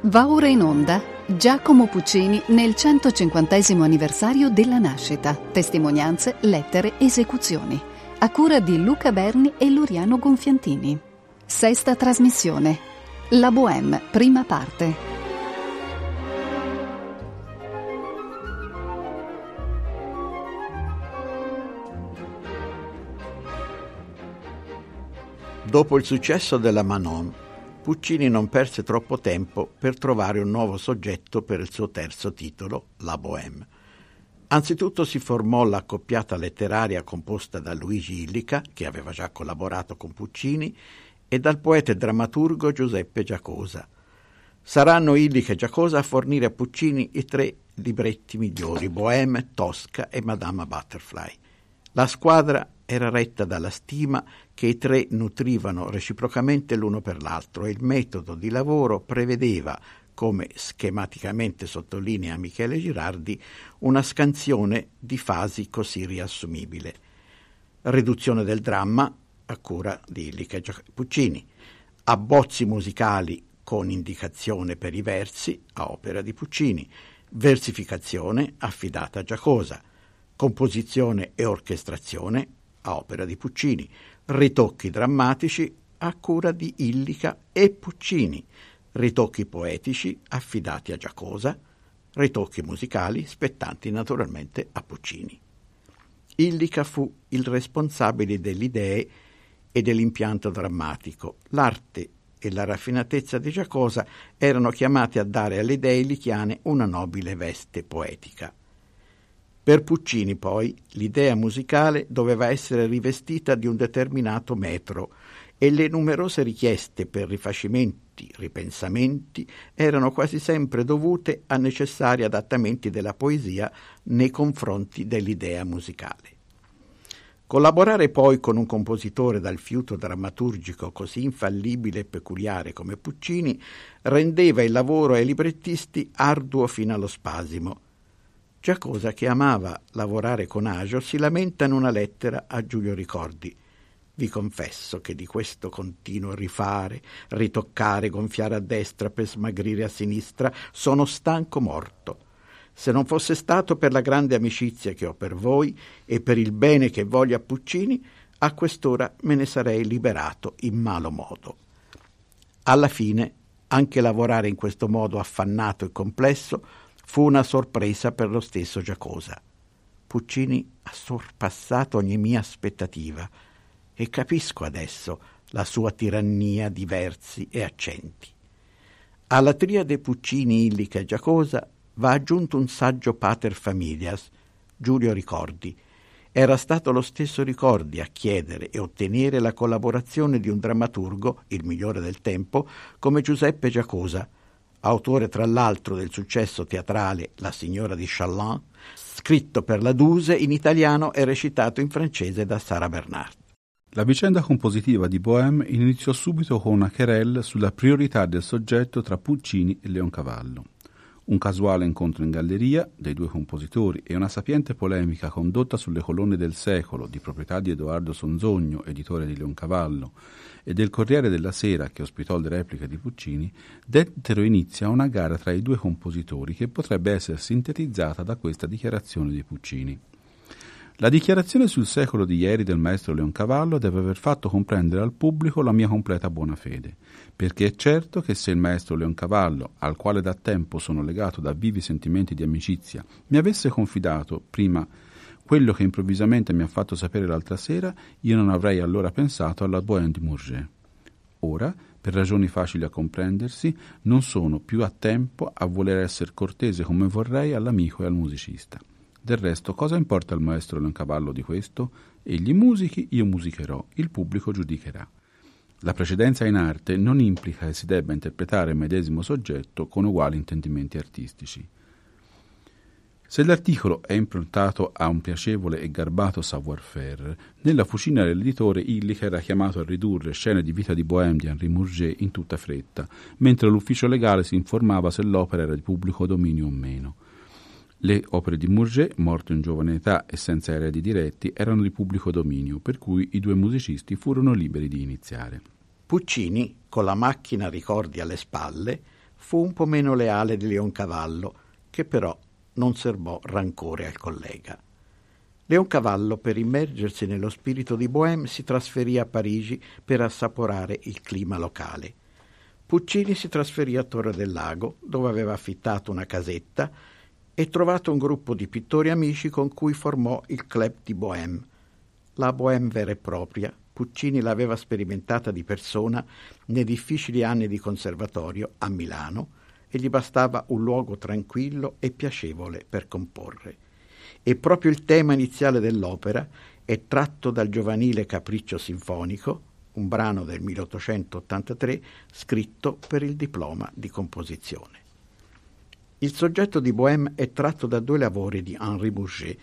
Va ora in onda Giacomo Puccini nel 150° anniversario della nascita. Testimonianze, lettere, esecuzioni. A cura di Luca Berni e Loriano Gonfiantini. Sesta trasmissione. La Bohème, prima parte. Dopo il successo della Manon, Puccini non perse troppo tempo per trovare un nuovo soggetto per il suo terzo titolo, La Bohème. Anzitutto si formò l'accoppiata letteraria composta da Luigi Illica, che aveva già collaborato con Puccini, e dal poeta e drammaturgo Giuseppe Giacosa. Saranno Illica e Giacosa a fornire a Puccini i 3 libretti migliori, Bohème, Tosca e Madama Butterfly. La squadra era retta dalla stima che i 3 nutrivano reciprocamente l'uno per l'altro e il metodo di lavoro prevedeva, come schematicamente sottolinea Michele Girardi, una scansione di fasi così riassumibile. Riduzione del dramma a cura di Illica e Puccini, abbozzi musicali con indicazione per i versi a opera di Puccini, versificazione affidata a Giacosa, composizione e orchestrazione a opera di Puccini, ritocchi drammatici a cura di Illica e Puccini, ritocchi poetici affidati a Giacosa, ritocchi musicali spettanti naturalmente a Puccini. Illica fu il responsabile delle idee e dell'impianto drammatico. L'arte e la raffinatezza di Giacosa erano chiamati a dare alle idee illichiane una nobile veste poetica. Per Puccini, poi, l'idea musicale doveva essere rivestita di un determinato metro e le numerose richieste per rifacimenti, ripensamenti, erano quasi sempre dovute a necessari adattamenti della poesia nei confronti dell'idea musicale. Collaborare poi con un compositore dal fiuto drammaturgico così infallibile e peculiare come Puccini rendeva il lavoro ai librettisti arduo fino allo spasimo. Giacosa, che amava lavorare con agio, si lamenta in una lettera a Giulio Ricordi: «Vi confesso che di questo continuo rifare, ritoccare, gonfiare a destra per smagrire a sinistra, sono stanco morto. Se non fosse stato per la grande amicizia che ho per voi e per il bene che voglio a Puccini, a quest'ora me ne sarei liberato in malo modo». Alla fine, anche lavorare in questo modo affannato e complesso fu una sorpresa per lo stesso Giacosa. Puccini ha sorpassato ogni mia aspettativa e capisco adesso la sua tirannia di versi e accenti. Alla triade Puccini, Illica e Giacosa va aggiunto un saggio pater familias, Giulio Ricordi. Era stato lo stesso Ricordi a chiedere e ottenere la collaborazione di un drammaturgo, il migliore del tempo, come Giuseppe Giacosa, autore tra l'altro del successo teatrale La signora di Chaland, scritto per la Duse in italiano e recitato in francese da Sara Bernard. La vicenda compositiva di Bohème iniziò subito con una querelle sulla priorità del soggetto tra Puccini e Leoncavallo. Un casuale incontro in galleria dei 2 compositori e una sapiente polemica condotta sulle colonne del Secolo, di proprietà di Edoardo Sonzogno, editore di Leoncavallo, e del Corriere della Sera, che ospitò le repliche di Puccini, dettero inizio a una gara tra i 2 compositori che potrebbe essere sintetizzata da questa dichiarazione di Puccini. La dichiarazione sul Secolo di ieri del maestro Leoncavallo deve aver fatto comprendere al pubblico la mia completa buona fede, perché è certo che se il maestro Leoncavallo, al quale da tempo sono legato da vivi sentimenti di amicizia, mi avesse confidato prima quello che improvvisamente mi ha fatto sapere l'altra sera, io non avrei allora pensato alla Bohème di Murger. Ora, per ragioni facili a comprendersi, non sono più a tempo a voler essere cortese come vorrei all'amico e al musicista. Del resto, cosa importa al maestro Leoncavallo di questo? Egli musichi, io musicherò, il pubblico giudicherà. La precedenza in arte non implica che si debba interpretare il medesimo soggetto con uguali intendimenti artistici. Se l'articolo è improntato a un piacevole e garbato savoir-faire, nella fucina dell'editore Illica era chiamato a ridurre scene di vita di Bohème di Henri Murger in tutta fretta, mentre l'ufficio legale si informava se l'opera era di pubblico dominio o meno. Le opere di Murger, morto in giovane età e senza eredi diretti, erano di pubblico dominio, per cui i 2 musicisti furono liberi di iniziare. Puccini, con la macchina Ricordi alle spalle, fu un po' meno leale di Leoncavallo, che però non serbò rancore al collega. Leoncavallo, per immergersi nello spirito di Bohème, si trasferì a Parigi per assaporare il clima locale. Puccini si trasferì a Torre del Lago, dove aveva affittato una casetta e trovato un gruppo di pittori amici con cui formò il Club di Bohème. La Bohème vera e propria, Puccini l'aveva sperimentata di persona nei difficili anni di conservatorio a Milano e gli bastava un luogo tranquillo e piacevole per comporre. E proprio il tema iniziale dell'opera è tratto dal giovanile Capriccio sinfonico, un brano del 1883 scritto per il diploma di composizione. Il soggetto di Bohème è tratto da due lavori di Henri Murger,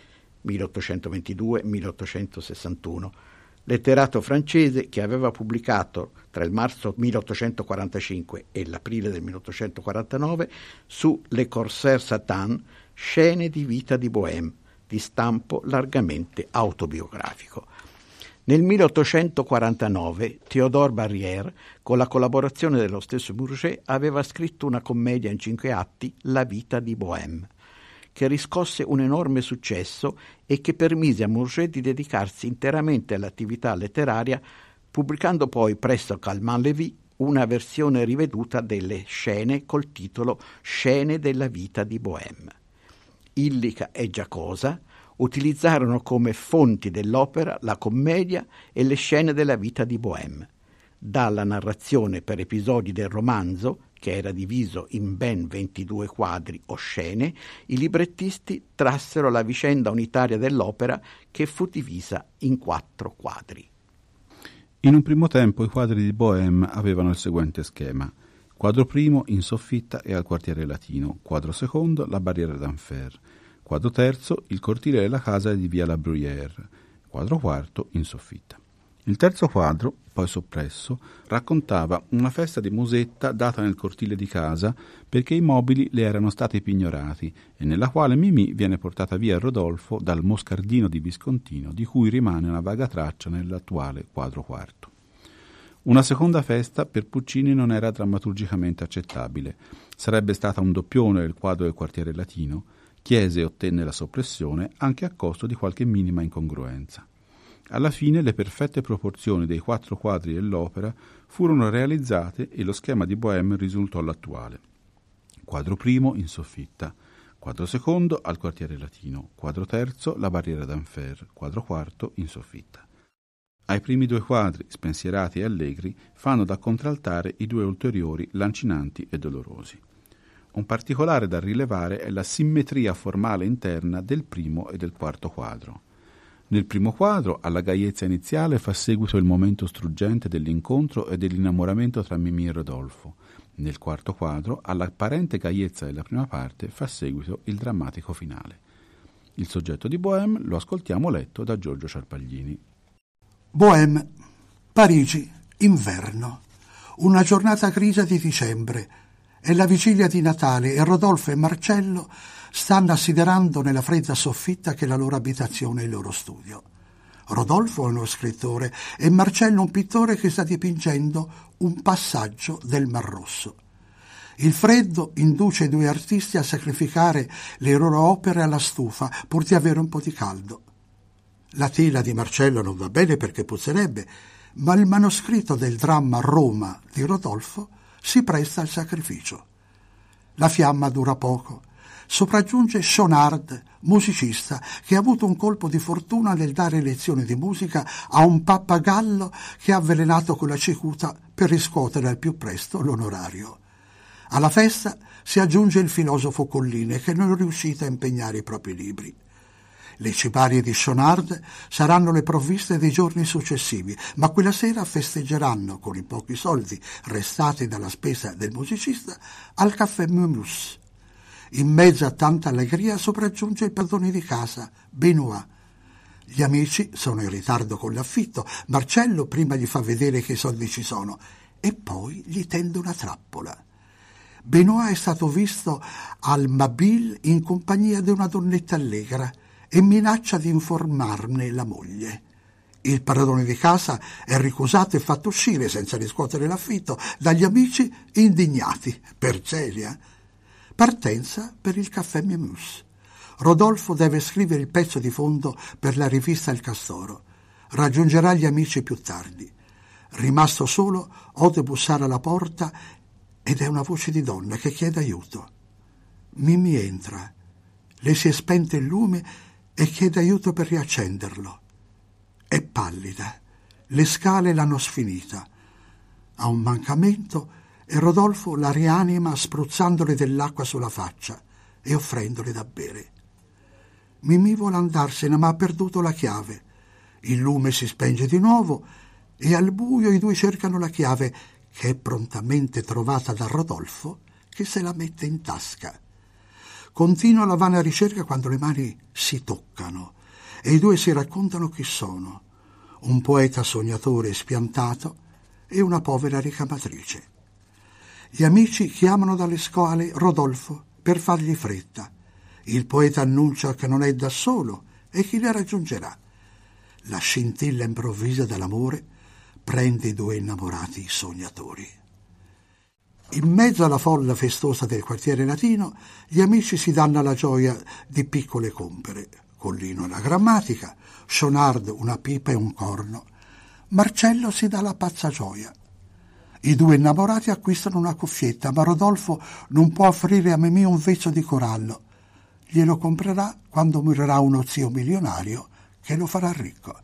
1822-1861, letterato francese che aveva pubblicato tra il marzo 1845 e l'aprile del 1849 su Le Corsaire Satan scene di vita di Bohème, di stampo largamente autobiografico. Nel 1849 Théodore Barrière, con la collaborazione dello stesso Murger, aveva scritto una commedia in 5 atti, La vita di Bohème, che riscosse un enorme successo e che permise a Murger di dedicarsi interamente all'attività letteraria, pubblicando poi presso Calment-Lévy una versione riveduta delle scene col titolo Scene della vita di Bohème. Illica e Giacosa utilizzarono come fonti dell'opera la commedia e le scene della vita di Bohème. Dalla narrazione per episodi del romanzo, che era diviso in ben 22 quadri o scene, i librettisti trassero la vicenda unitaria dell'opera, che fu divisa in 4 quadri. In un primo tempo i quadri di Bohème avevano il seguente schema: quadro primo in soffitta e al quartiere latino, quadro secondo la barriera d'Enfer, quadro terzo il cortile della casa di via La Bruyère, quadro quarto in soffitta. Il terzo quadro, poi soppresso, raccontava una festa di musetta data nel cortile di casa perché i mobili le erano stati pignorati e nella quale Mimì viene portata via Rodolfo dal moscardino di Viscontino, di cui rimane una vaga traccia nell'attuale quadro quarto. Una seconda festa per Puccini non era drammaturgicamente accettabile. Sarebbe stata un doppione del quadro del quartiere latino. Chiese ottenne la soppressione anche a costo di qualche minima incongruenza. Alla fine le perfette proporzioni dei 4 quadri dell'opera furono realizzate e lo schema di Bohème risultò l'attuale. Quadro primo in soffitta, quadro secondo al quartiere latino, quadro terzo la barriera d'Enfer, quadro quarto in soffitta. Ai primi 2 quadri, spensierati e allegri, fanno da contraltare i 2 ulteriori, lancinanti e dolorosi. Un particolare da rilevare è la simmetria formale interna del primo e del quarto quadro. Nel primo quadro, alla gaiezza iniziale fa seguito il momento struggente dell'incontro e dell'innamoramento tra Mimì e Rodolfo. Nel quarto quadro, all'apparente gaiezza della prima parte, fa seguito il drammatico finale. Il soggetto di Bohème lo ascoltiamo letto da Giorgio Ciarpaglini. Bohème, Parigi, inverno. Una giornata grigia di dicembre. È la vigilia di Natale e Rodolfo e Marcello stanno assiderando nella fredda soffitta che è la loro abitazione e il loro studio. Rodolfo è uno scrittore e Marcello un pittore che sta dipingendo un passaggio del Mar Rosso. Il freddo induce i 2 artisti a sacrificare le loro opere alla stufa pur di avere un po' di caldo. La tela di Marcello non va bene perché puzzerebbe, ma il manoscritto del dramma Roma di Rodolfo si presta al sacrificio. La fiamma dura poco. Sopraggiunge Schaunard, musicista, che ha avuto un colpo di fortuna nel dare lezioni di musica a un pappagallo che ha avvelenato con la cicuta per riscuotere al più presto l'onorario. Alla festa si aggiunge il filosofo Colline, che non è riuscito a impegnare i propri libri. Le cibarie di Schaunard saranno le provviste dei giorni successivi, ma quella sera festeggeranno con i pochi soldi restati dalla spesa del musicista al caffè Mumus. In mezzo a tanta allegria sopraggiunge il padrone di casa, Benoît. Gli amici sono in ritardo con l'affitto. Marcello prima gli fa vedere che i soldi ci sono e poi gli tende una trappola. Benoît è stato visto al Mabille in compagnia di una donnetta allegra e minaccia di informarne la moglie. Il padrone di casa è ricusato e fatto uscire senza riscuotere l'affitto dagli amici indignati per Celia. Partenza per il caffè Mimus. Rodolfo deve scrivere il pezzo di fondo per la rivista Il Castoro. Raggiungerà gli amici più tardi. Rimasto solo, ode bussare alla porta ed è una voce di donna che chiede aiuto. Mimì entra. Le si è spento il lume e chiede aiuto per riaccenderlo. È pallida. Le scale l'hanno sfinita. Ha un mancamento e Rodolfo la rianima spruzzandole dell'acqua sulla faccia e offrendole da bere. Mimì vuole andarsene ma ha perduto la chiave. Il lume si spenge di nuovo e al buio i due cercano la chiave, che è prontamente trovata da Rodolfo, che se la mette in tasca. Continua la vana ricerca quando le mani si toccano e i due si raccontano chi sono: un poeta sognatore spiantato e una povera ricamatrice. Gli amici chiamano dalle scale Rodolfo per fargli fretta. Il poeta annuncia che non è da solo e chi le raggiungerà. La scintilla improvvisa dell'amore prende i due innamorati sognatori. In mezzo alla folla festosa del quartiere latino, gli amici si danno alla gioia di piccole compere. Collino la grammatica, Schaunard una pipa e un corno. Marcello si dà la pazza gioia. I due innamorati acquistano una cuffietta, ma Rodolfo non può offrire a Mimì un vezzo di corallo. Glielo comprerà quando morirà uno zio milionario che lo farà ricco.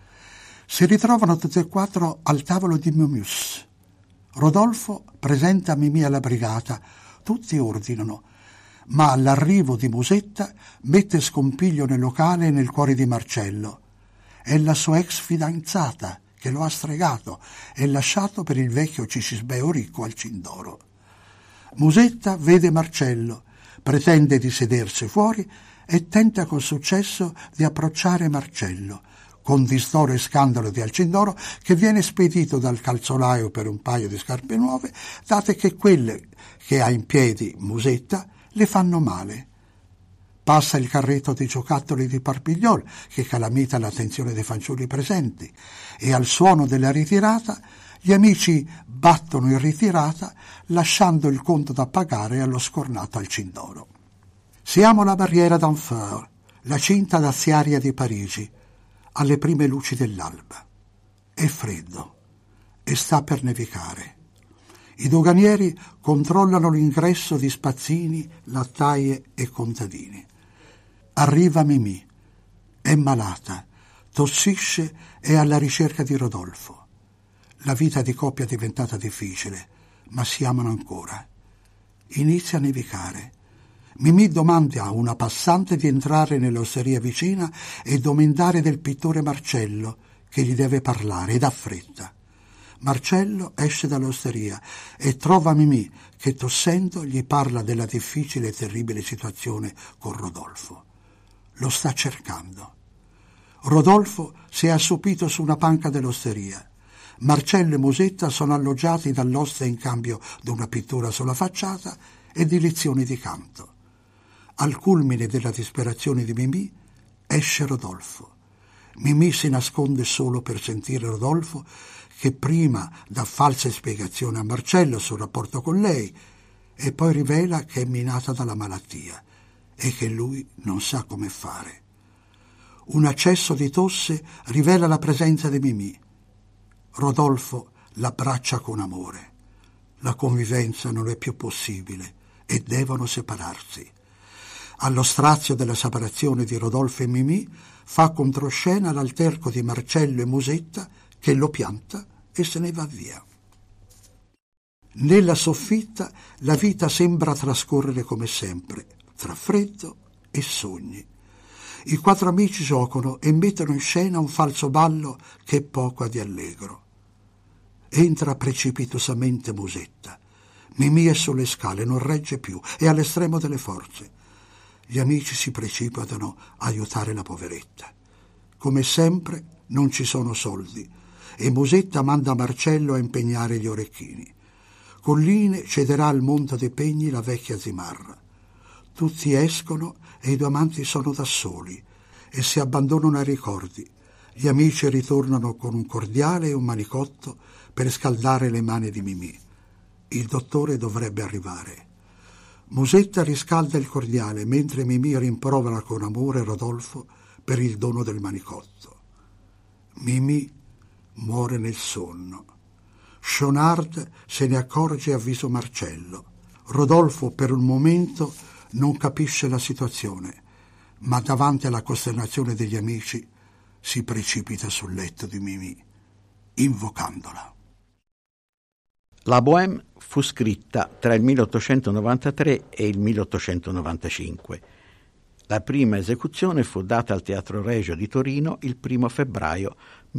Si ritrovano tutti e quattro al tavolo di Mimus. Rodolfo presenta Mimì alla brigata, tutti ordinano, ma all'arrivo di Musetta mette scompiglio nel locale e nel cuore di Marcello. È la sua ex fidanzata che lo ha stregato e lasciato per il vecchio Cicisbeo ricco al Cindoro. Musetta vede Marcello, pretende di sedersi fuori e tenta con successo di approcciare Marcello, con distoro e scandalo di Alcindoro, che viene spedito dal calzolaio per un paio di scarpe nuove, date che quelle che ha in piedi Musetta le fanno male. Passa il carretto di giocattoli di Parpigliol, che calamita l'attenzione dei fanciulli presenti, e al suono della ritirata gli amici battono in ritirata, lasciando il conto da pagare allo scornato Alcindoro. Siamo alla barriera d'Enfer, la cinta daziaria di Parigi, alle prime luci dell'alba. È freddo e sta per nevicare. I doganieri controllano l'ingresso di spazzini, lattaie e contadini. Arriva Mimì. È malata, tossisce e è alla ricerca di Rodolfo. La vita di coppia è diventata difficile, ma si amano ancora. Inizia a nevicare. Mimì domanda a una passante di entrare nell'osteria vicina e domandare del pittore Marcello, che gli deve parlare, ed ha fretta. Marcello esce dall'osteria e trova Mimì, che tossendo gli parla della difficile e terribile situazione con Rodolfo. Lo sta cercando. Rodolfo si è assopito su una panca dell'osteria. Marcello e Musetta sono alloggiati dall'oste in cambio di una pittura sulla facciata e di lezioni di canto. Al culmine della disperazione di Mimì esce Rodolfo. Mimì si nasconde solo per sentire Rodolfo, che prima dà false spiegazioni a Marcello sul rapporto con lei e poi rivela che è minata dalla malattia e che lui non sa come fare. Un accesso di tosse rivela la presenza di Mimì. Rodolfo l'abbraccia con amore. La convivenza non è più possibile e devono separarsi. Allo strazio della separazione di Rodolfo e Mimì fa controscena l'alterco di Marcello e Musetta, che lo pianta e se ne va via. Nella soffitta la vita sembra trascorrere come sempre, tra freddo e sogni. I quattro amici giocano e mettono in scena un falso ballo che poco ha di allegro. Entra precipitosamente Musetta. Mimì è sulle scale, non regge più, è all'estremo delle forze. Gli amici si precipitano a aiutare la poveretta. Come sempre non ci sono soldi e Musetta manda Marcello a impegnare gli orecchini. Colline cederà al Monte dei Pegni la vecchia Zimarra. Tutti escono e i due amanti sono da soli e si abbandonano ai ricordi. Gli amici ritornano con un cordiale e un manicotto per scaldare le mani di Mimì. Il dottore dovrebbe arrivare. Musetta riscalda il cordiale mentre Mimì rimprovera con amore Rodolfo per il dono del manicotto. Mimì muore nel sonno. Schaunard se ne accorge e avvisa Marcello. Rodolfo per un momento non capisce la situazione, ma davanti alla costernazione degli amici si precipita sul letto di Mimì, invocandola. La Bohème fu scritta tra il 1893 e il 1895. La prima esecuzione fu data al Teatro Regio di Torino il 1 febbraio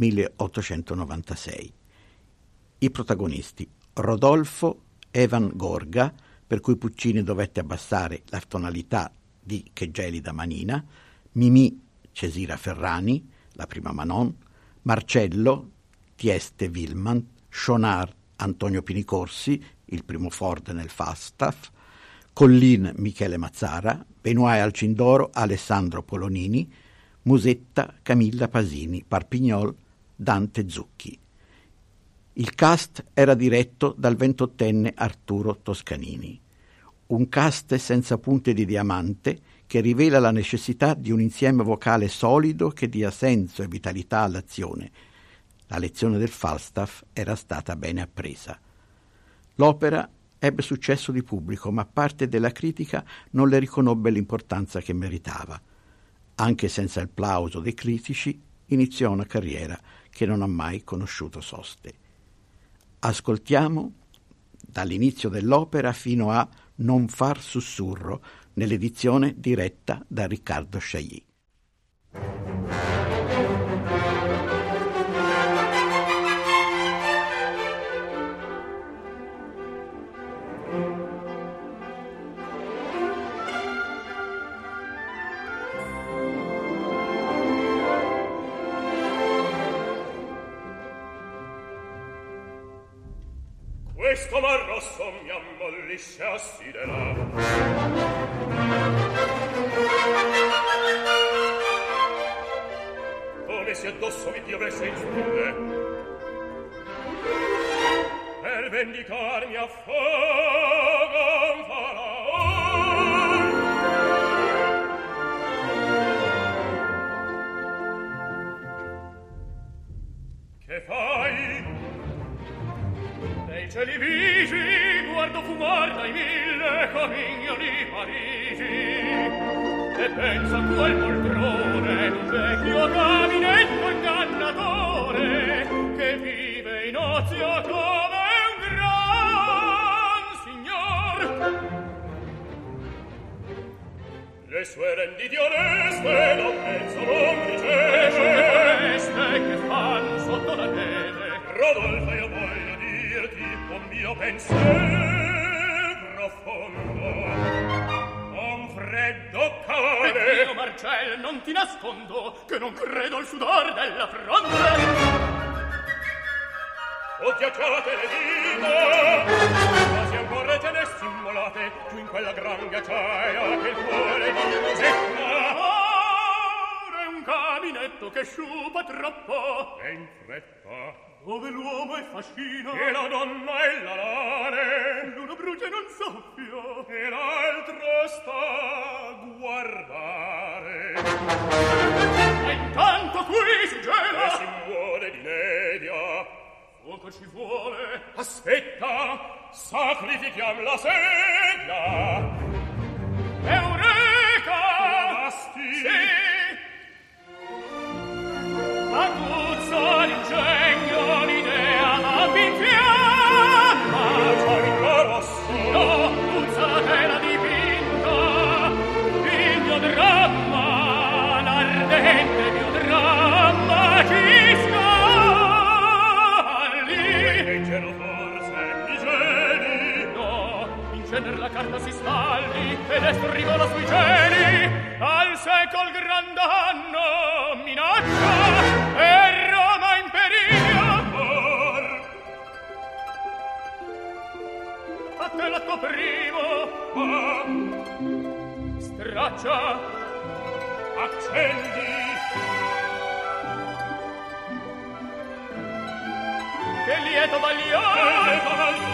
1896. I protagonisti: Rodolfo Evan Gorga, per cui Puccini dovette abbassare la tonalità di Che gelida manina, Mimì Cesira Ferrani, la prima Manon, Marcello Tieste Willmann, Schaunard Antonio Pinicorsi, il primo Ford nel Falstaff, Collin Michele Mazzara, Benoît Alcindoro Alessandro Polonini, Musetta Camilla Pasini, Parpignol Dante Zucchi. Il cast era diretto dal 28enne Arturo Toscanini. Un cast senza punte di diamante che rivela la necessità di un insieme vocale solido che dia senso e vitalità all'azione. La lezione del Falstaff era stata bene appresa. L'opera ebbe successo di pubblico, ma parte della critica non le riconobbe l'importanza che meritava. Anche senza il plauso dei critici, iniziò una carriera che non ha mai conosciuto soste. Ascoltiamo dall'inizio dell'opera fino a Non far sussurro, nell'edizione diretta da Riccardo Chailly. Questo mar rosso mi ammollisce a siderare. Come se addosso mi piovesse in stelle, per vendicarmi a fuoco un faraone. Che fai? Nei cieli vigi guardo fumar dai 1000 comignoli Parigi e penso a quel poltrone d'un vecchio gabinetto ingannatore che vive in ozio come un gran signor. Le sue rendite oneste da un mezzo non riceve che fan sotto la neve. Rodolfo, io voglio dirti un mio pensiero profondo, un freddo cane. Io, Marcel, non ti nascondo che non credo al sudor della fronte. O ghiacciate le dita, quasi ancora te ne simulate, giù in quella gran ghiacciaia che il cuore di Musetta. Ora è un caminetto che sciupa troppo e in fretta, dove l'uomo è fascino e la donna è la lane, l'uno brucia e non soffia e l'altro sta a guardare. Ma intanto qui si gela e si muore di nebbia. Fuoco ci vuole. Aspetta, sacrifichiam la sedia. Eureka! Basti! Sì! Aguzza l'ingegno, l'idea avvinfiamma. Gianco rosso! No, aguzza la tela dipinta. Il mio dramma, l'ardente mio dramma, ci scalli. Leggero forse, mi geli. No, in genere la carta si stalli ed è scrivono sui cieli. Al secol gran danno minaccia e Roma in periglio. A te l'atto primo, straccia, accendi. che lieto baglior.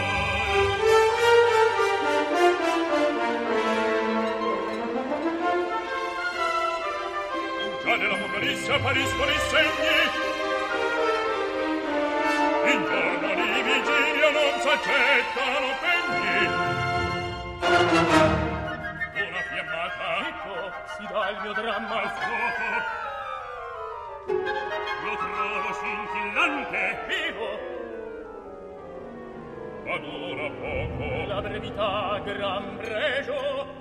Già nell'Apocalisse appariscono i segni. In giorno di vigilia non s'accettano pegni. Una fiammata, ecco, si dà il mio dramma al fuoco. Lo trovo scintillante, vivo. Ma dura poco. La brevità gran pregio.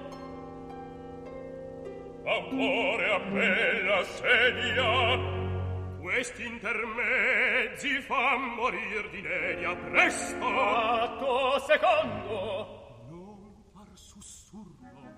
Ancora a bella sedia. Questi intermezzi fan morir di nedia. Presto! Atto secondo. Non far sussurro.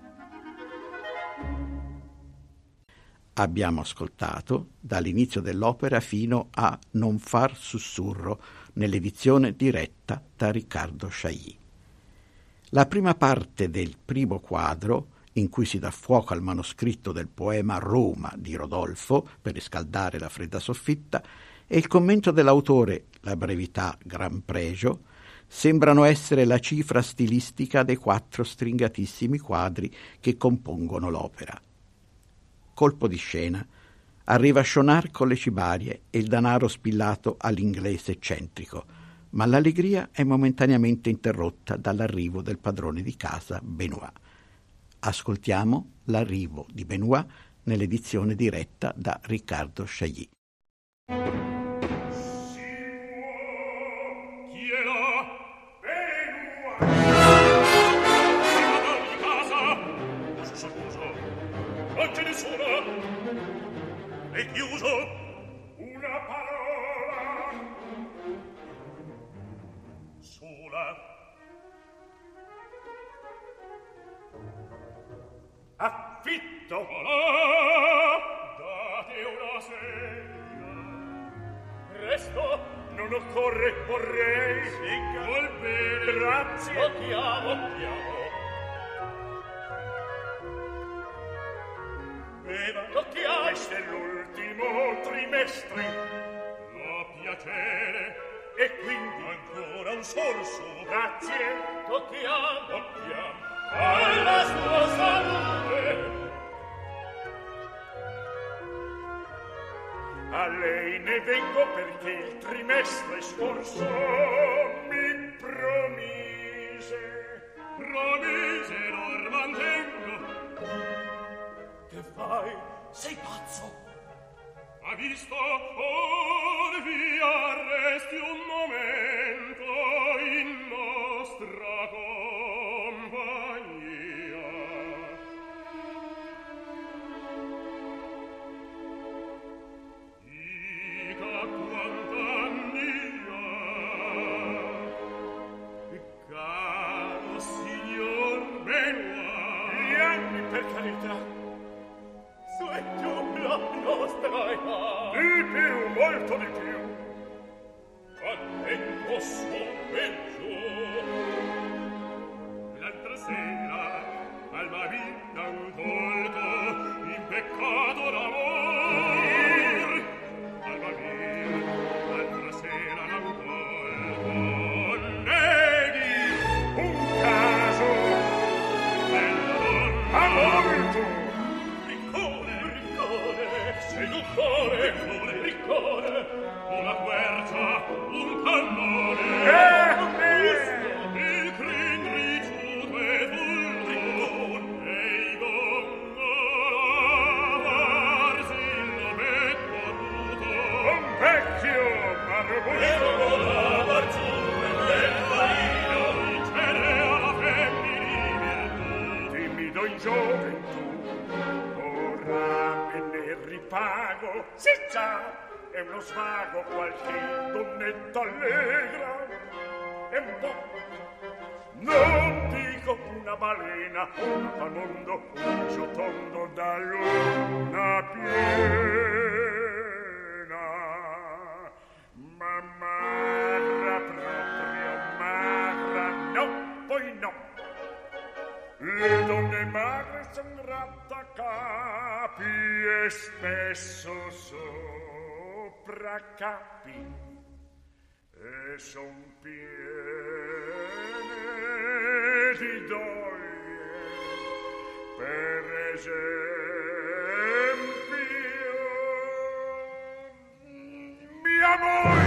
Abbiamo ascoltato dall'inizio dell'opera fino a Non far sussurro, nell'edizione diretta da Riccardo Chailly. La prima parte del primo quadro, in cui si dà fuoco al manoscritto del poema Roma di Rodolfo per riscaldare la fredda soffitta, e il commento dell'autore, La brevità gran pregio, sembrano essere la cifra stilistica dei 4 stringatissimi quadri che compongono l'opera. Colpo di scena, arriva Schaunard con le cibarie e il danaro spillato all'inglese eccentrico, ma l'allegria è momentaneamente interrotta dall'arrivo del padrone di casa, Benoît. Ascoltiamo l'arrivo di Benoît nell'edizione diretta da Riccardo Chailly. Non c'è nessuno. È chiuso. Una parola sola. Affitto. Date una segna. Presto. Non occorre, vorrei. Sì, vuol bene. Grazie. Occhiamo. Tocchiamo. Questo è l'ultimo trimestre. No piacere. E quindi ancora un sorso. Grazie. Tocchiamo. Alla sua salute. A lei ne vengo perché il trimestre scorso mi promise non mantengo. Che fai? Sei pazzo? Ha visto? Or via resti un momento in nostra compagnia. Dica quant'anni ha, caro signor Benoît. Gli anni, per carità. E più la nostra età. Di più, molto di più. Al tempo suo peggio. L'altra sera al marina un volto in peccato d'amor. Al marina l'altra sera un volto. Neghi un caso. Bella donna. A molto. Seduttore, riccone, una quercia, un cannone, il crin ricciuto e vulto, e i gongolarsi l'ometto avuto. Un vecchio marbuto, barciuto e bel il cielo alla femminile virtù. Timido in gioventù, ora me ne ripago. Sì già, è uno svago, qualche donnetta allegra. È un po', non dico una balena, un pamondo, un viso tondo da luna piena. Ma magra, proprio magra, no, poi no. Le donne magre son grattacapi e spesso sopraccapi. e son piene di doglie, per esempio mia moglie.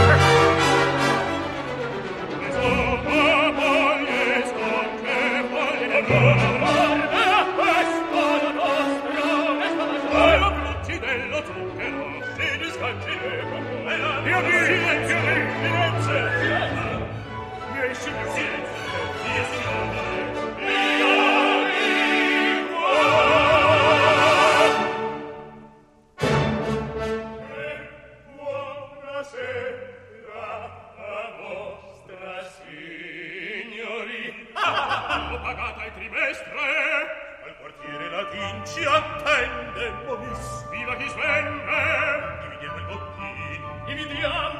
Ci attende, momis. Viva chi svenne! Dividiamo il bottin. Dividiamo.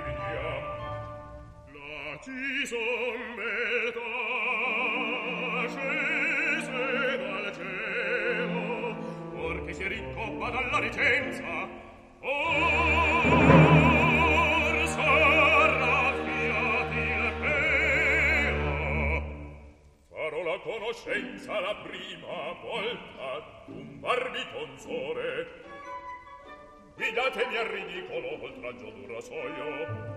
La cisombeta scese dal cielo, or che si rincoppa dalla licenza, or sarà fiati il peo. Farò la conoscenza la prima volta d'un barbiconsore. Guidatemi al ridicolo oltraggio d'un rasoio.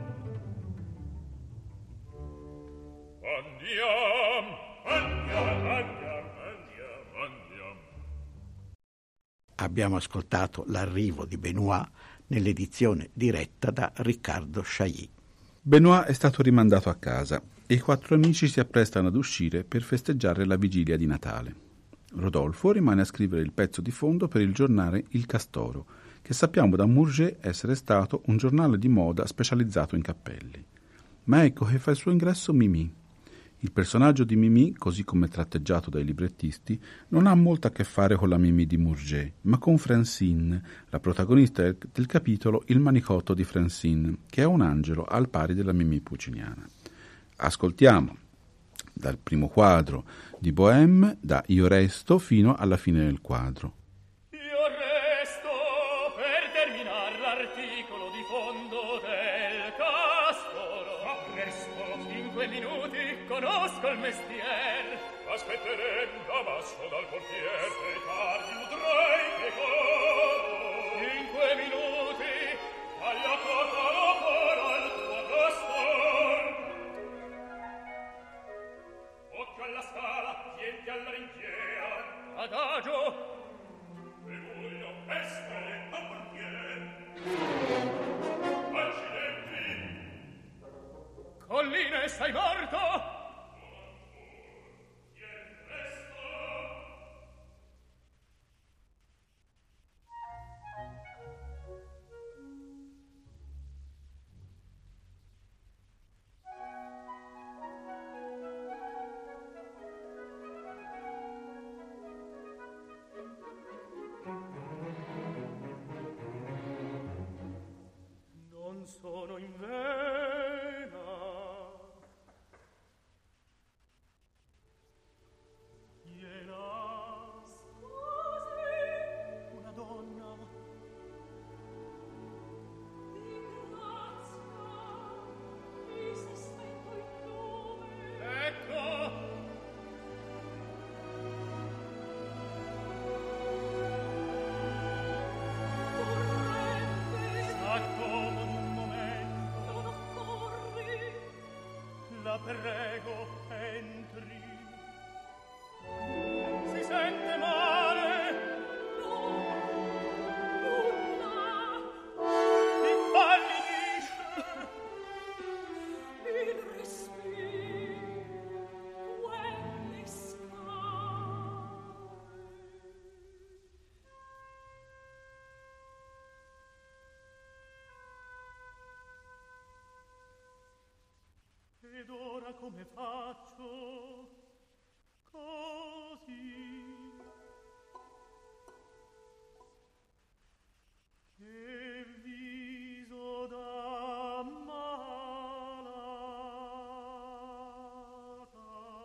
Andiamo. Abbiamo ascoltato l'arrivo di Benoît nell'edizione diretta da Riccardo Chailly. Benoît è stato rimandato a casa e i 4 amici si apprestano ad uscire per festeggiare la vigilia di Natale. Rodolfo rimane a scrivere il pezzo di fondo per il giornale Il Castoro, che sappiamo da Murger essere stato un giornale di moda specializzato in cappelli. Ma ecco che fa il suo ingresso Mimì. Il personaggio di Mimì, così come tratteggiato dai librettisti, non ha molto a che fare con la Mimì di Murger, ma con Francine, la protagonista del capitolo Il manicotto di Francine, che è un angelo al pari della Mimì pucciniana. Ascoltiamo dal primo quadro di Bohème, da Io resto fino alla fine del quadro. Io resto per terminar l'articolo di fondo del Castoro. Resto 5 minuti, conosco il mestier. Aspetterem Damasco dal portier, e tardi udrai che coro. 5 minuti, alla porta lo coro al tuo castor. Occhio alla scala, tienti alla rinchiera. Adagio. E voglio essere a portier. Accidenti. Colline, sei morto? Non sono in vena. Iena. Scusi. Una donna. Di grazia. Mi sospetto il nome. Ecco. La prego, entri. Si sente male? No, nulla. Impallidisce. Il respiro, quelle scale. Ed ora come faccio? Così. Che viso da malata.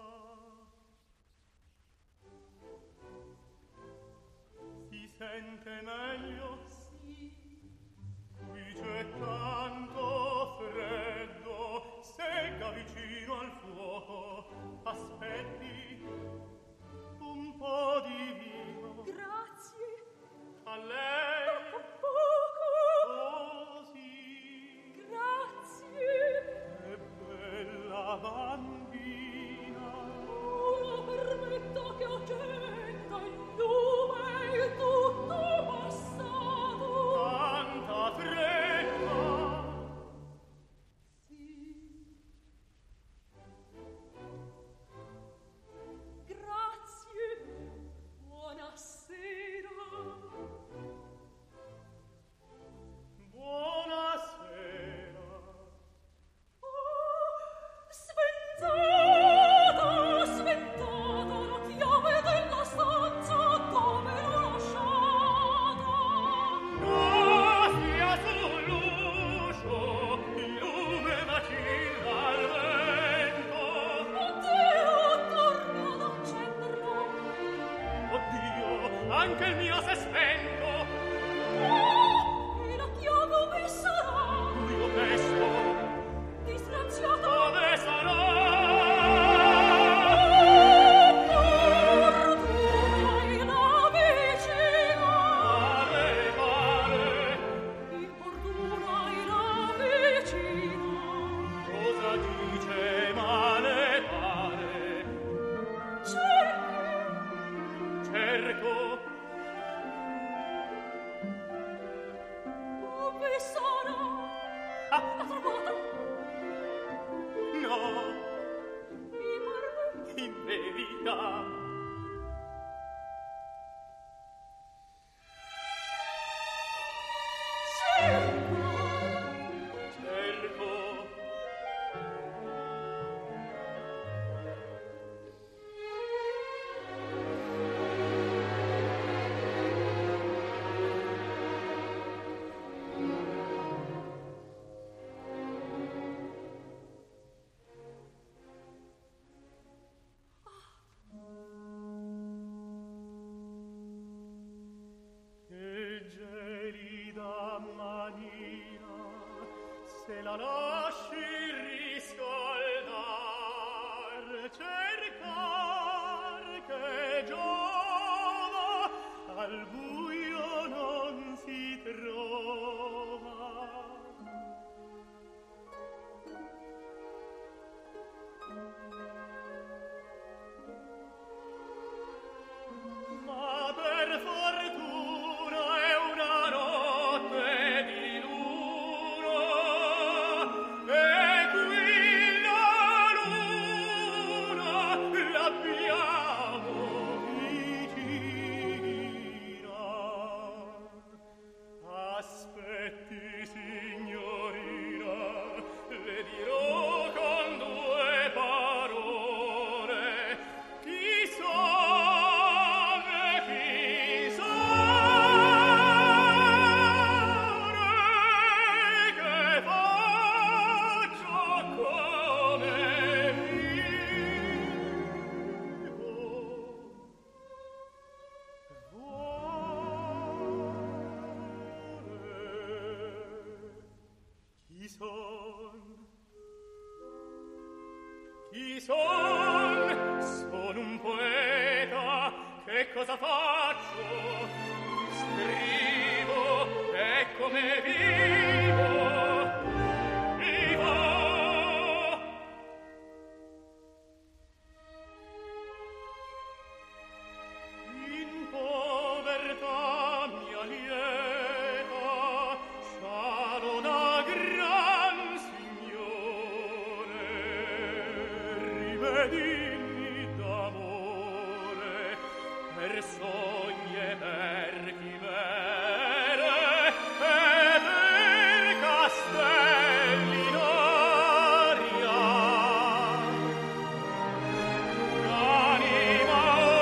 Si sente meglio? Sì. Qui c'è tanto freddo. Se la lasci riscaldar, cercar che giova, al buio non si trova. Ma per fortuna è una notte di luna, e qui la luna l'abbiamo vicina. Aspetti, signorina, le dirò con due parole chi son e chi sono, che faccio come Chi son? Chi son? Sono un poeta. Che cosa faccio? Scrivo, e come vivo. Vivo. In povertà mia lieta, sono una gran signore, rimedini d'amore, per sogni e per chimere, e per castelli in aria. L'anima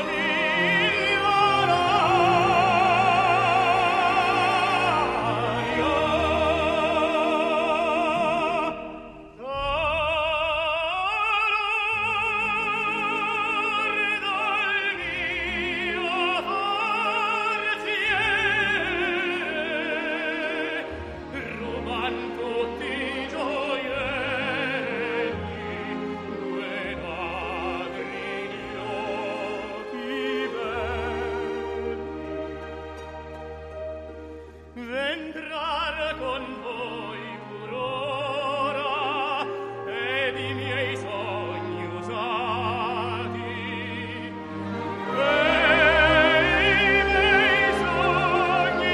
V'entrar con voi purora ed i miei sogni usati, e i miei sogni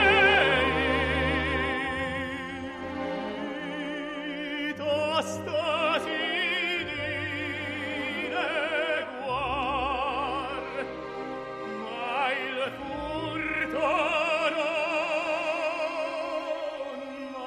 miei tostasi dire guar, ma il furto non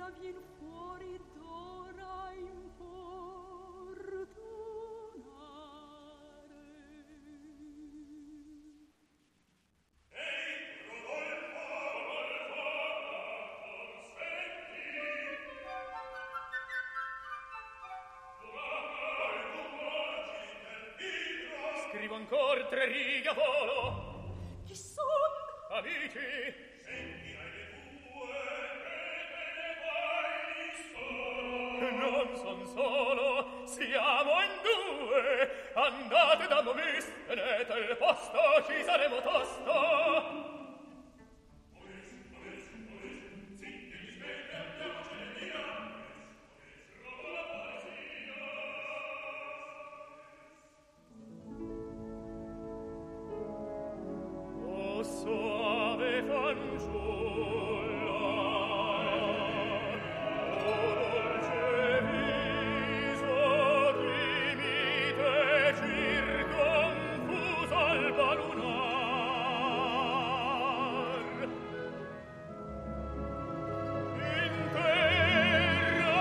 vien fuori d'ora importunare. Scrivo ancor 3 righe a volo. Chi son? Amici, sentirai le tue che te ne fai solo. Non son solo, siamo in 2. Andate da Momis, tenete il posto, ci saremo tosto. Soave fanciulla, o dolce viso di mite circonfuso alba lunar. In terra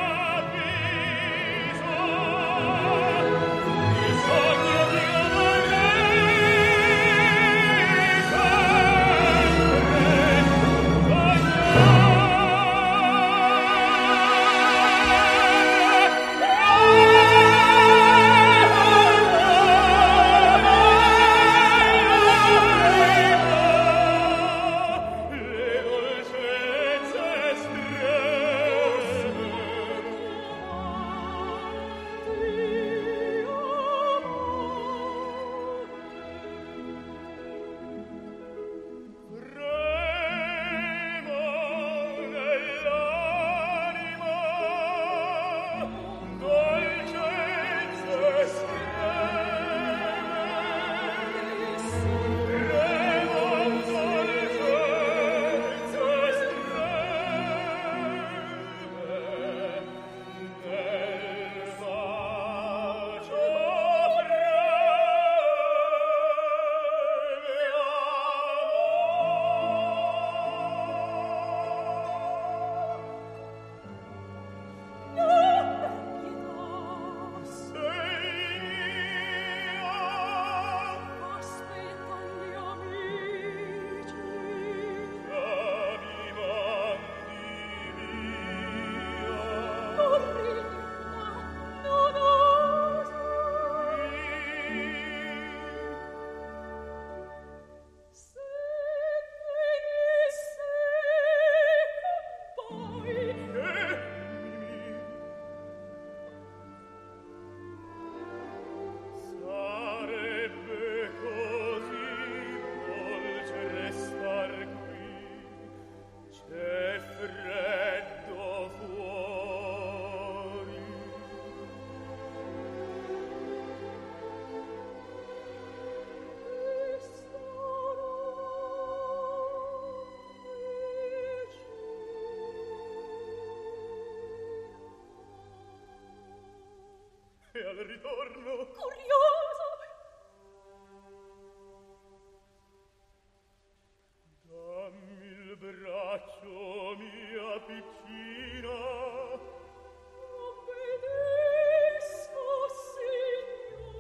viso il sogno di e al ritorno Curioso! dammi il braccio, mia piccina. Obbedisco, signor.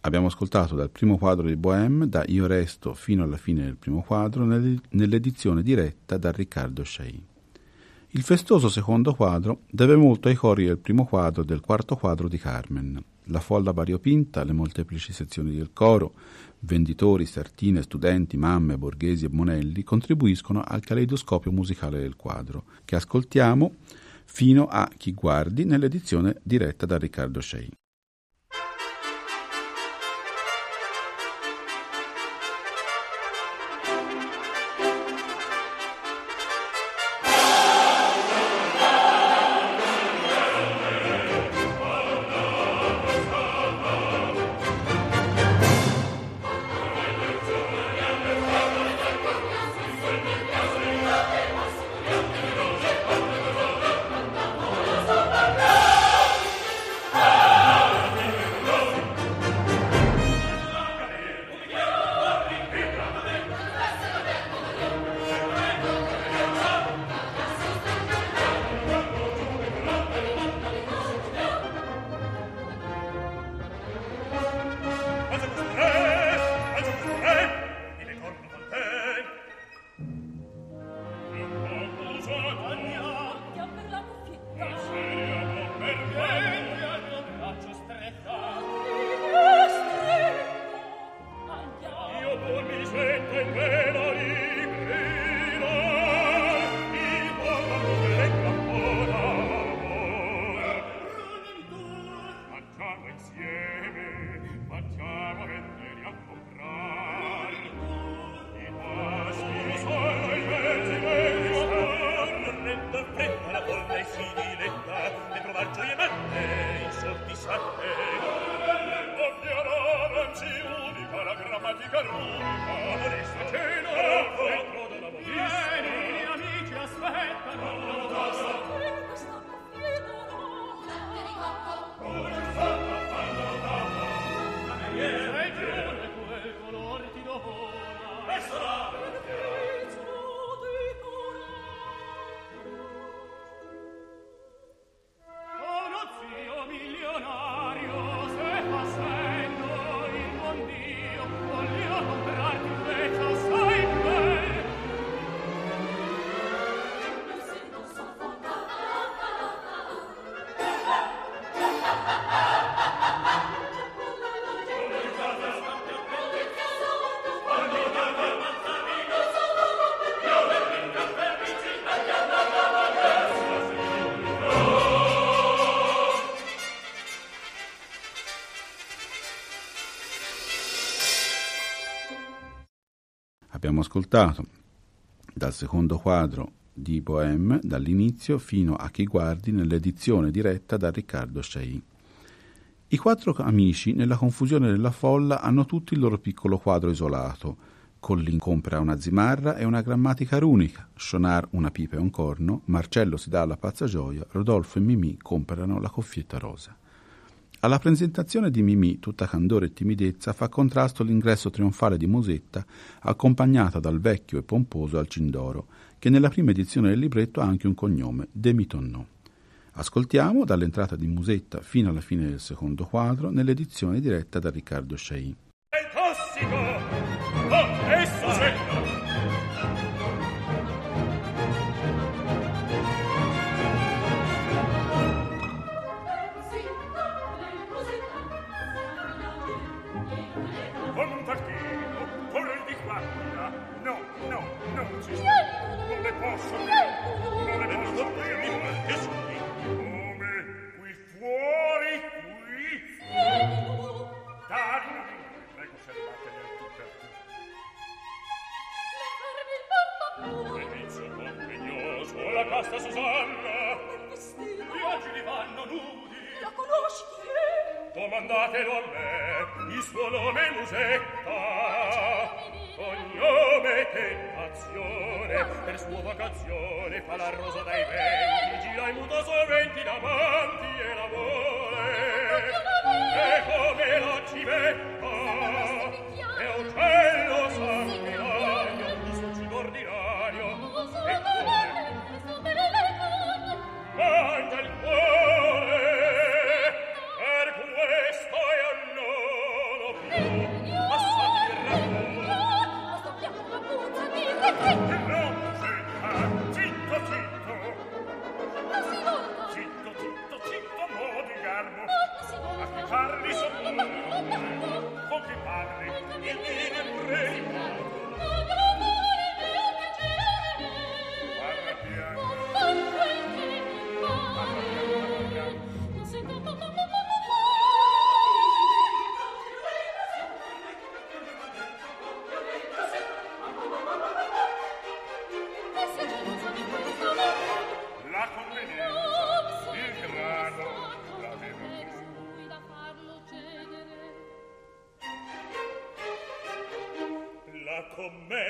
Abbiamo ascoltato dal primo quadro di Bohème, da Io resto fino alla fine del primo quadro, nell'edizione diretta da Riccardo Chailly. Il festoso secondo quadro deve molto ai cori del primo quadro e del quarto quadro di Carmen. La folla variopinta, le molteplici sezioni del coro, venditori, sartine, studenti, mamme, borghesi e monelli contribuiscono al caleidoscopio musicale del quadro, che ascoltiamo fino a Chi guardi nell'edizione diretta da Riccardo Chailly. Abbiamo ascoltato dal secondo quadro di Bohème, dall'inizio fino a Chi guardi nell'edizione diretta da Riccardo Chailly. I quattro amici, nella confusione della folla, hanno tutti il loro piccolo quadro isolato. Collin compra una zimarra e una grammatica runica, Schaunard una pipa e un corno, Marcello si dà alla pazza gioia, Rodolfo e Mimì comprano la cuffietta rosa. Alla presentazione di Mimì, tutta candore e timidezza, fa contrasto l'ingresso trionfale di Musetta, accompagnata dal vecchio e pomposo Alcindoro, che nella prima edizione del libretto ha anche un cognome, Demi-Tonneau. Ascoltiamo dall'entrata di Musetta fino alla fine del secondo quadro, nell'edizione diretta da Riccardo Chailly. È il tossico! Oh, esso secco! Domandatelo a me, il suo nome è Musetta, cognome tentazione, per sua vocazione fa la rosa dai venti, gira in muto soventi davanti e la vuole, e come la civetta, e uccello sanguinario, di suo cibo ordinario, e cuore, mangia il cuore. Per questo io non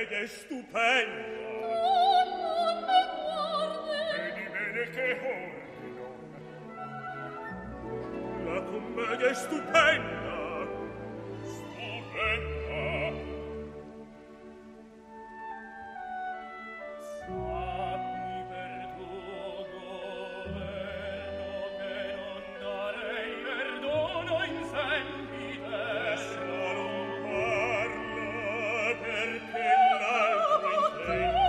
commedia è stupenda. Vedi bene che ordino. La commedia è stupenda. Stupenda. Sappi per tuo governo che non darei perdono in sempite. Solo parla perché l'altro intenda.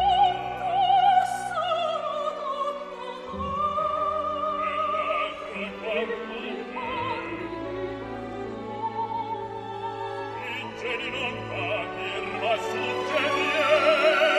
E l'altro ingeni non capir, ma suggerir.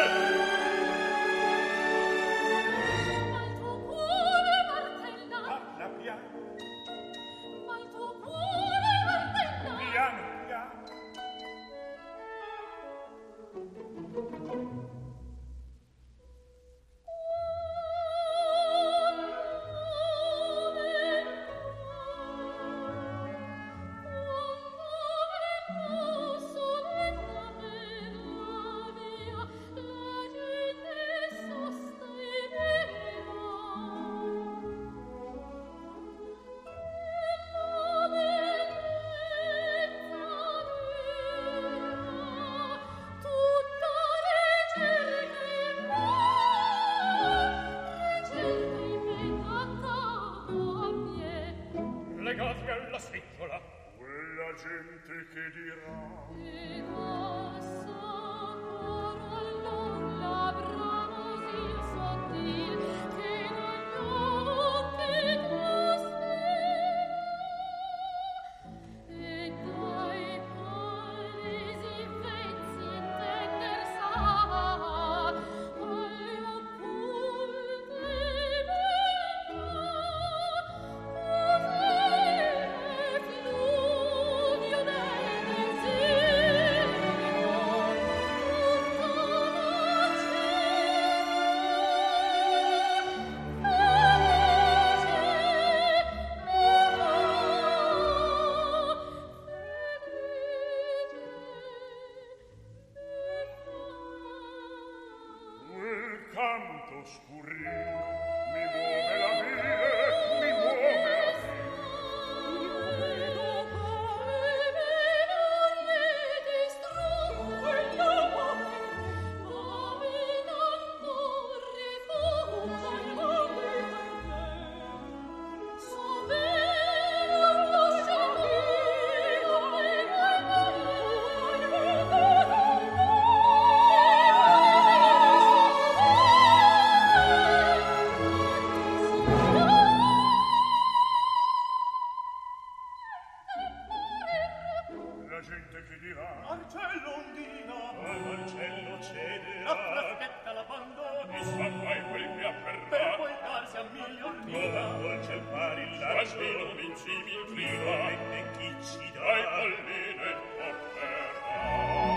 Legati alla seggiola, quella gente che dirà. E basta parola bramosil sottil, che non occhi t'ospera, e dai palesi vezzi intender sa, alle occulte bella. Canto scurril mi muove la vile, mi muove la gente che dirà Marcello ondina, Marcello cederà, affraschetta l'abbandona, e sa mai quel che afferrà, per poi darsi a miglior vita, dolce il pari il lancio, quando vincivi il clima, e chi ci dà, ai palline offerrà.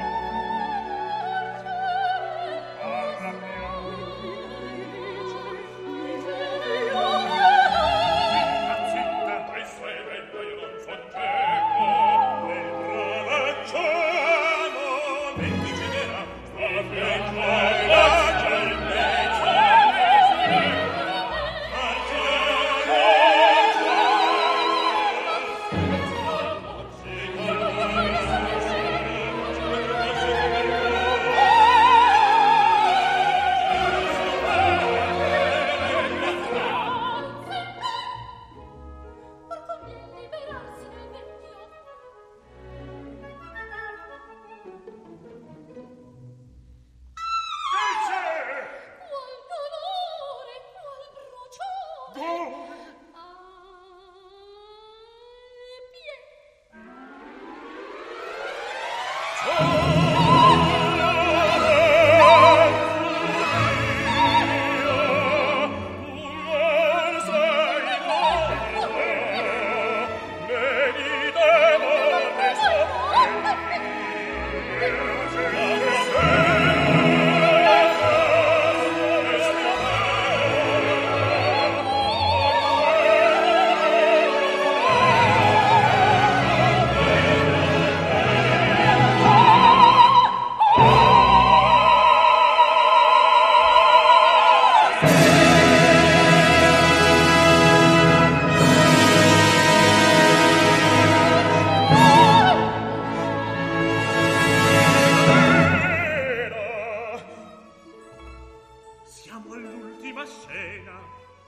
siamo all'ultima scena.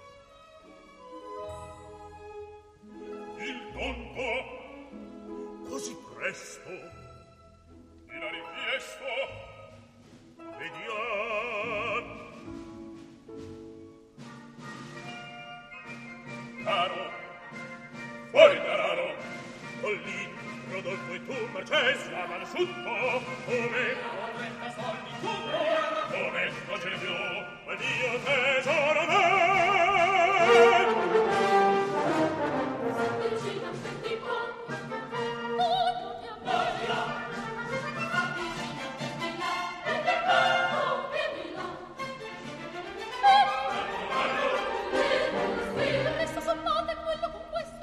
Il tonto, così presto, me l'ha richiesto. Vediamo. Caro, fuori denaro, con lì, Rodolfo e tu, Marchese, la mano sotto, come? Torretta soldi tutto, come? Non ce ne più, ma Dio tesoro me. Vicina, senti qua, oh, ti abbia. Adesso sommate quello con questo.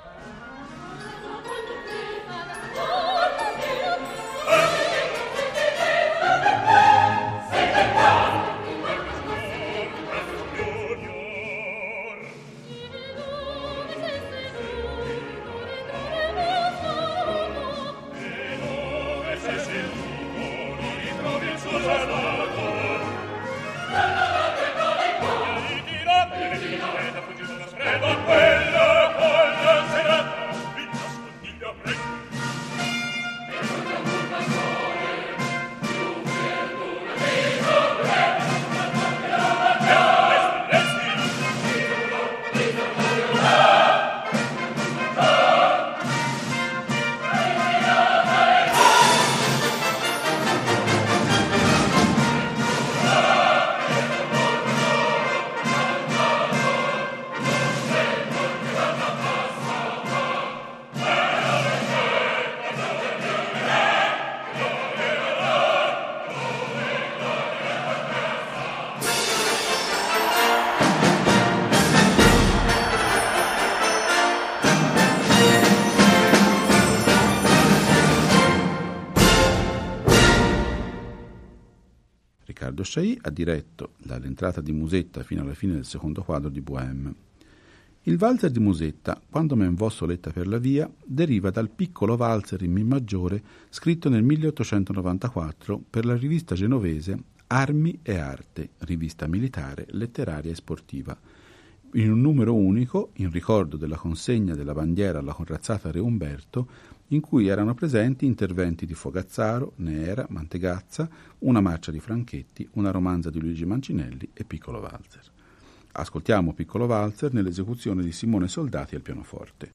Riccardo Chailly ha diretto dall'entrata di Musetta fino alla fine del secondo quadro di Bohème. Il valzer di Musetta, Quando men vo soletta per la via, deriva dal piccolo valzer in Mi maggiore scritto nel 1894 per la rivista genovese Armi e Arte, rivista militare, letteraria e sportiva, in un numero unico, in ricordo della consegna della bandiera alla corazzata Re Umberto, in cui erano presenti interventi di Fogazzaro, Neera, Mantegazza, una marcia di Franchetti, una romanza di Luigi Mancinelli e Piccolo Valzer. Ascoltiamo Piccolo Valzer nell'esecuzione di Simone Soldati al pianoforte.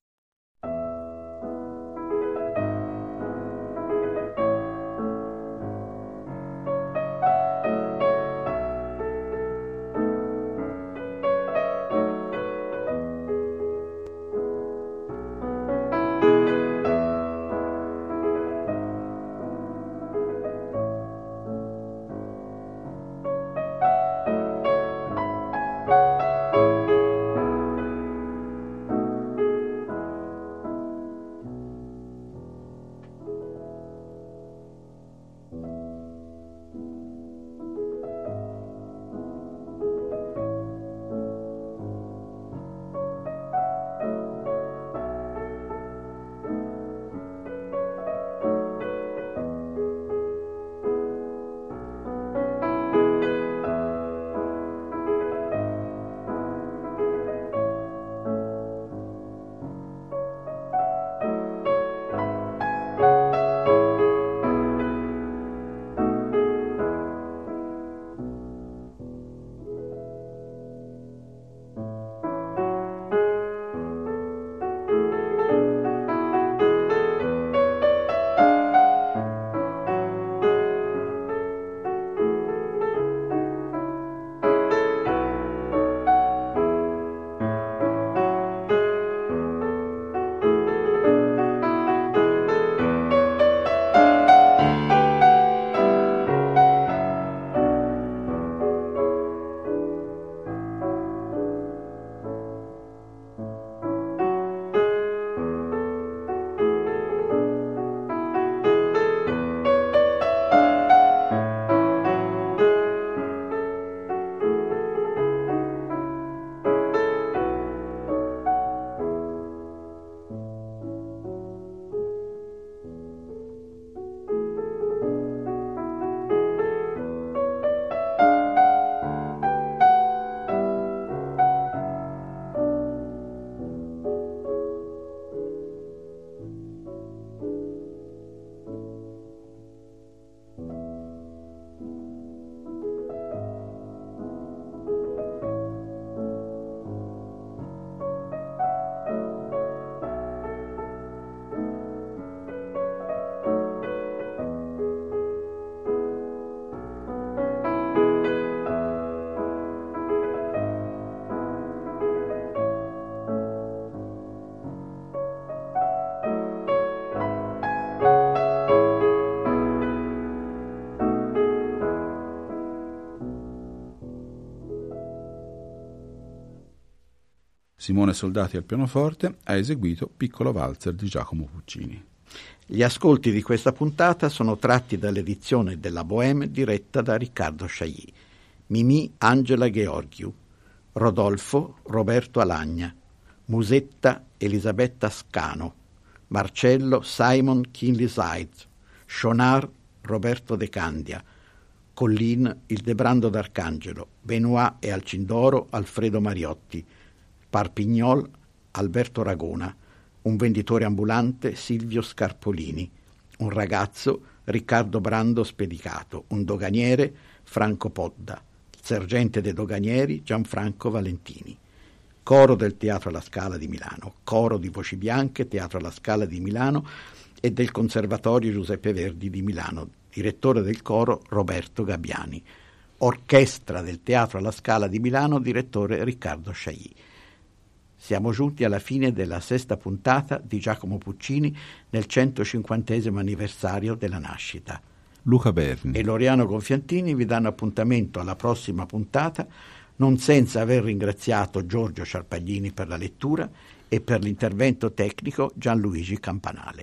Simone Soldati al pianoforte ha eseguito Piccolo Valzer di Giacomo Puccini. Gli ascolti di questa puntata sono tratti dall'edizione della Bohème diretta da Riccardo Chailly. Mimì Angela Gheorghiu, Rodolfo Roberto Alagna, Musetta Elisabetta Scano, Marcello Simon Kinley Said, Chonard Roberto De Candia, Collin Ildebrando d'Arcangelo, Benoit e Alcindoro Alfredo Mariotti, Parpignol Alberto Ragona, un venditore ambulante Silvio Scarpolini, un ragazzo Riccardo Brando Spedicato, un doganiere Franco Podda, sergente dei doganieri Gianfranco Valentini. Coro del Teatro alla Scala di Milano, coro di voci bianche Teatro alla Scala di Milano e del Conservatorio Giuseppe Verdi di Milano, direttore del coro Roberto Gabbiani. Orchestra del Teatro alla Scala di Milano, direttore Riccardo Chailly. Siamo giunti alla fine della sesta puntata di Giacomo Puccini nel 150° anniversario della nascita. Luca Berni e Loriano Gonfiantini vi danno appuntamento alla prossima puntata, non senza aver ringraziato Giorgio Ciarpaglini per la lettura e per l'intervento tecnico Gianluigi Campanale.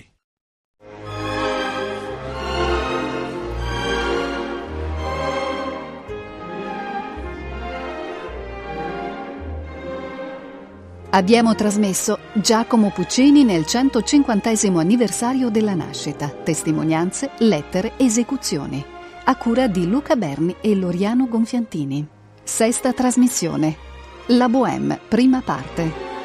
Abbiamo trasmesso Giacomo Puccini nel 150° anniversario della nascita. Testimonianze, lettere, esecuzioni. A cura di Luca Berni e Loriano Gonfiantini. Sesta trasmissione. La Bohème, prima parte.